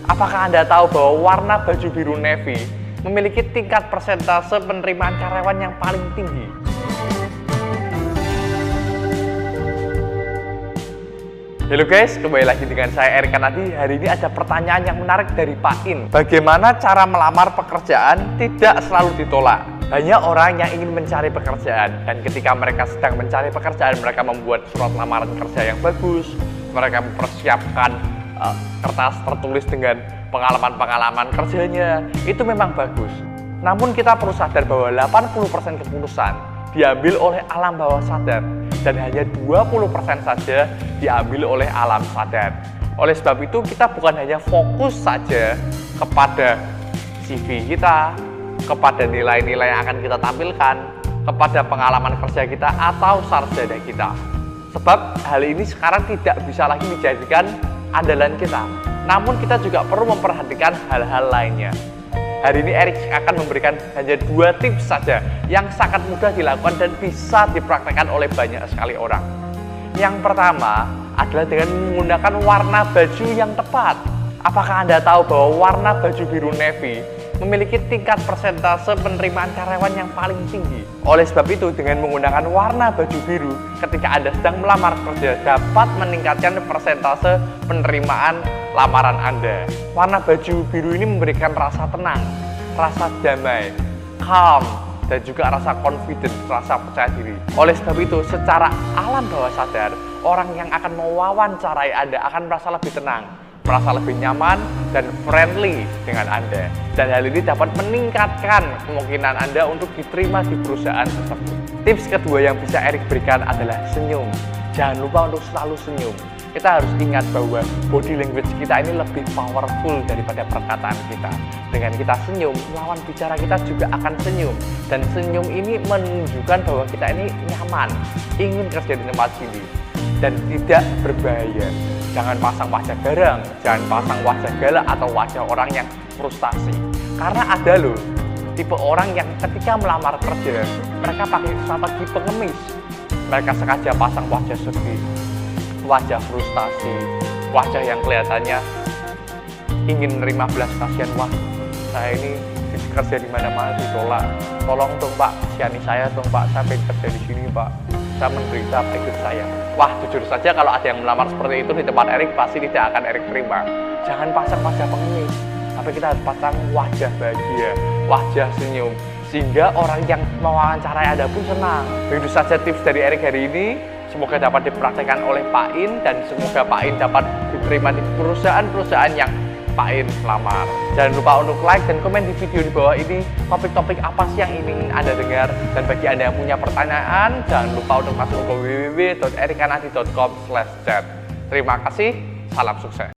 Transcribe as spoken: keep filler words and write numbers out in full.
Apakah Anda tahu bahwa warna baju biru navy memiliki tingkat persentase penerimaan karyawan yang paling tinggi? Halo guys, kembali lagi dengan saya Erik Kanadi. Hari ini ada pertanyaan yang menarik dari Pak In. Bagaimana cara melamar pekerjaan tidak selalu ditolak? Banyak orang yang ingin mencari pekerjaan, dan ketika mereka sedang mencari pekerjaan, mereka membuat surat lamaran kerja yang bagus. Mereka mempersiapkan uh, kertas tertulis dengan pengalaman-pengalaman kerjanya. Itu memang bagus. Namun kita perlu sadar bahwa delapan puluh persen keputusan diambil oleh alam bawah sadar, dan hanya dua puluh persen saja diambil oleh alam sadar. Oleh sebab itu, kita bukan hanya fokus saja kepada C V kita, kepada nilai-nilai yang akan kita tampilkan, kepada pengalaman kerja kita atau sarjana kita. Sebab hal ini sekarang tidak bisa lagi dijadikan andalan kita. Namun kita juga perlu memperhatikan hal-hal lainnya. Hari ini Erik akan memberikan hanya dua tips saja yang sangat mudah dilakukan dan bisa dipraktekkan oleh banyak sekali orang. Yang pertama adalah dengan menggunakan warna baju yang tepat. Apakah Anda tahu bahwa warna baju biru navy memiliki tingkat persentase penerimaan karyawan yang paling tinggi? Oleh sebab itu, dengan menggunakan warna baju biru ketika Anda sedang melamar kerja dapat meningkatkan persentase penerimaan lamaran Anda. Warna baju biru ini memberikan rasa tenang, rasa damai, calm, dan juga rasa confident, rasa percaya diri. Oleh sebab itu, secara alam bawah sadar, orang yang akan mewawancarai Anda akan merasa lebih tenang, merasa lebih nyaman dan friendly dengan Anda. Dan hal ini dapat meningkatkan kemungkinan Anda untuk diterima di perusahaan tersebut. Tips kedua yang bisa Erik berikan adalah senyum. Jangan lupa untuk selalu senyum. Kita harus ingat bahwa body language kita ini lebih powerful daripada perkataan kita. Dengan kita senyum, lawan bicara kita juga akan senyum. Dan senyum ini menunjukkan bahwa kita ini nyaman, ingin kerja di tempat sini, dan tidak berbahaya. Jangan pasang wajah garang, jangan pasang wajah galak atau wajah orang yang frustasi. Karena ada loh tipe orang yang ketika melamar kerja, mereka pakai strategi pengemis. Mereka sengaja pasang wajah sedih, wajah frustasi, wajah yang kelihatannya ingin menerima belas kasihan. Wah, saya ini kerja di mana-mana ditolak. Tolong dong Pak, kasihani saya dong Pak, saya pengen kerja di sini Pak. Saya menderita, ikut saya. Wah, jujur saja kalau ada yang melamar seperti itu di tempat Erik, pasti tidak akan Erik terima. Jangan pasang wajah pengemis, tapi kita harus pasang wajah bahagia, wajah senyum, sehingga orang yang mewawancarai Anda pun senang. Begitu saja tips dari Erik hari ini. Semoga dapat dipraktekkan oleh Pak In, dan semoga Pak In dapat diterima di perusahaan-perusahaan yang Pak In lamar. Jangan lupa untuk like dan komen di video di bawah ini topik-topik apa sih yang ingin Anda dengar. Dan bagi Anda yang punya pertanyaan, jangan lupa untuk masuk ke w w w titik erik kanadi titik com slash chat. Terima kasih, salam sukses.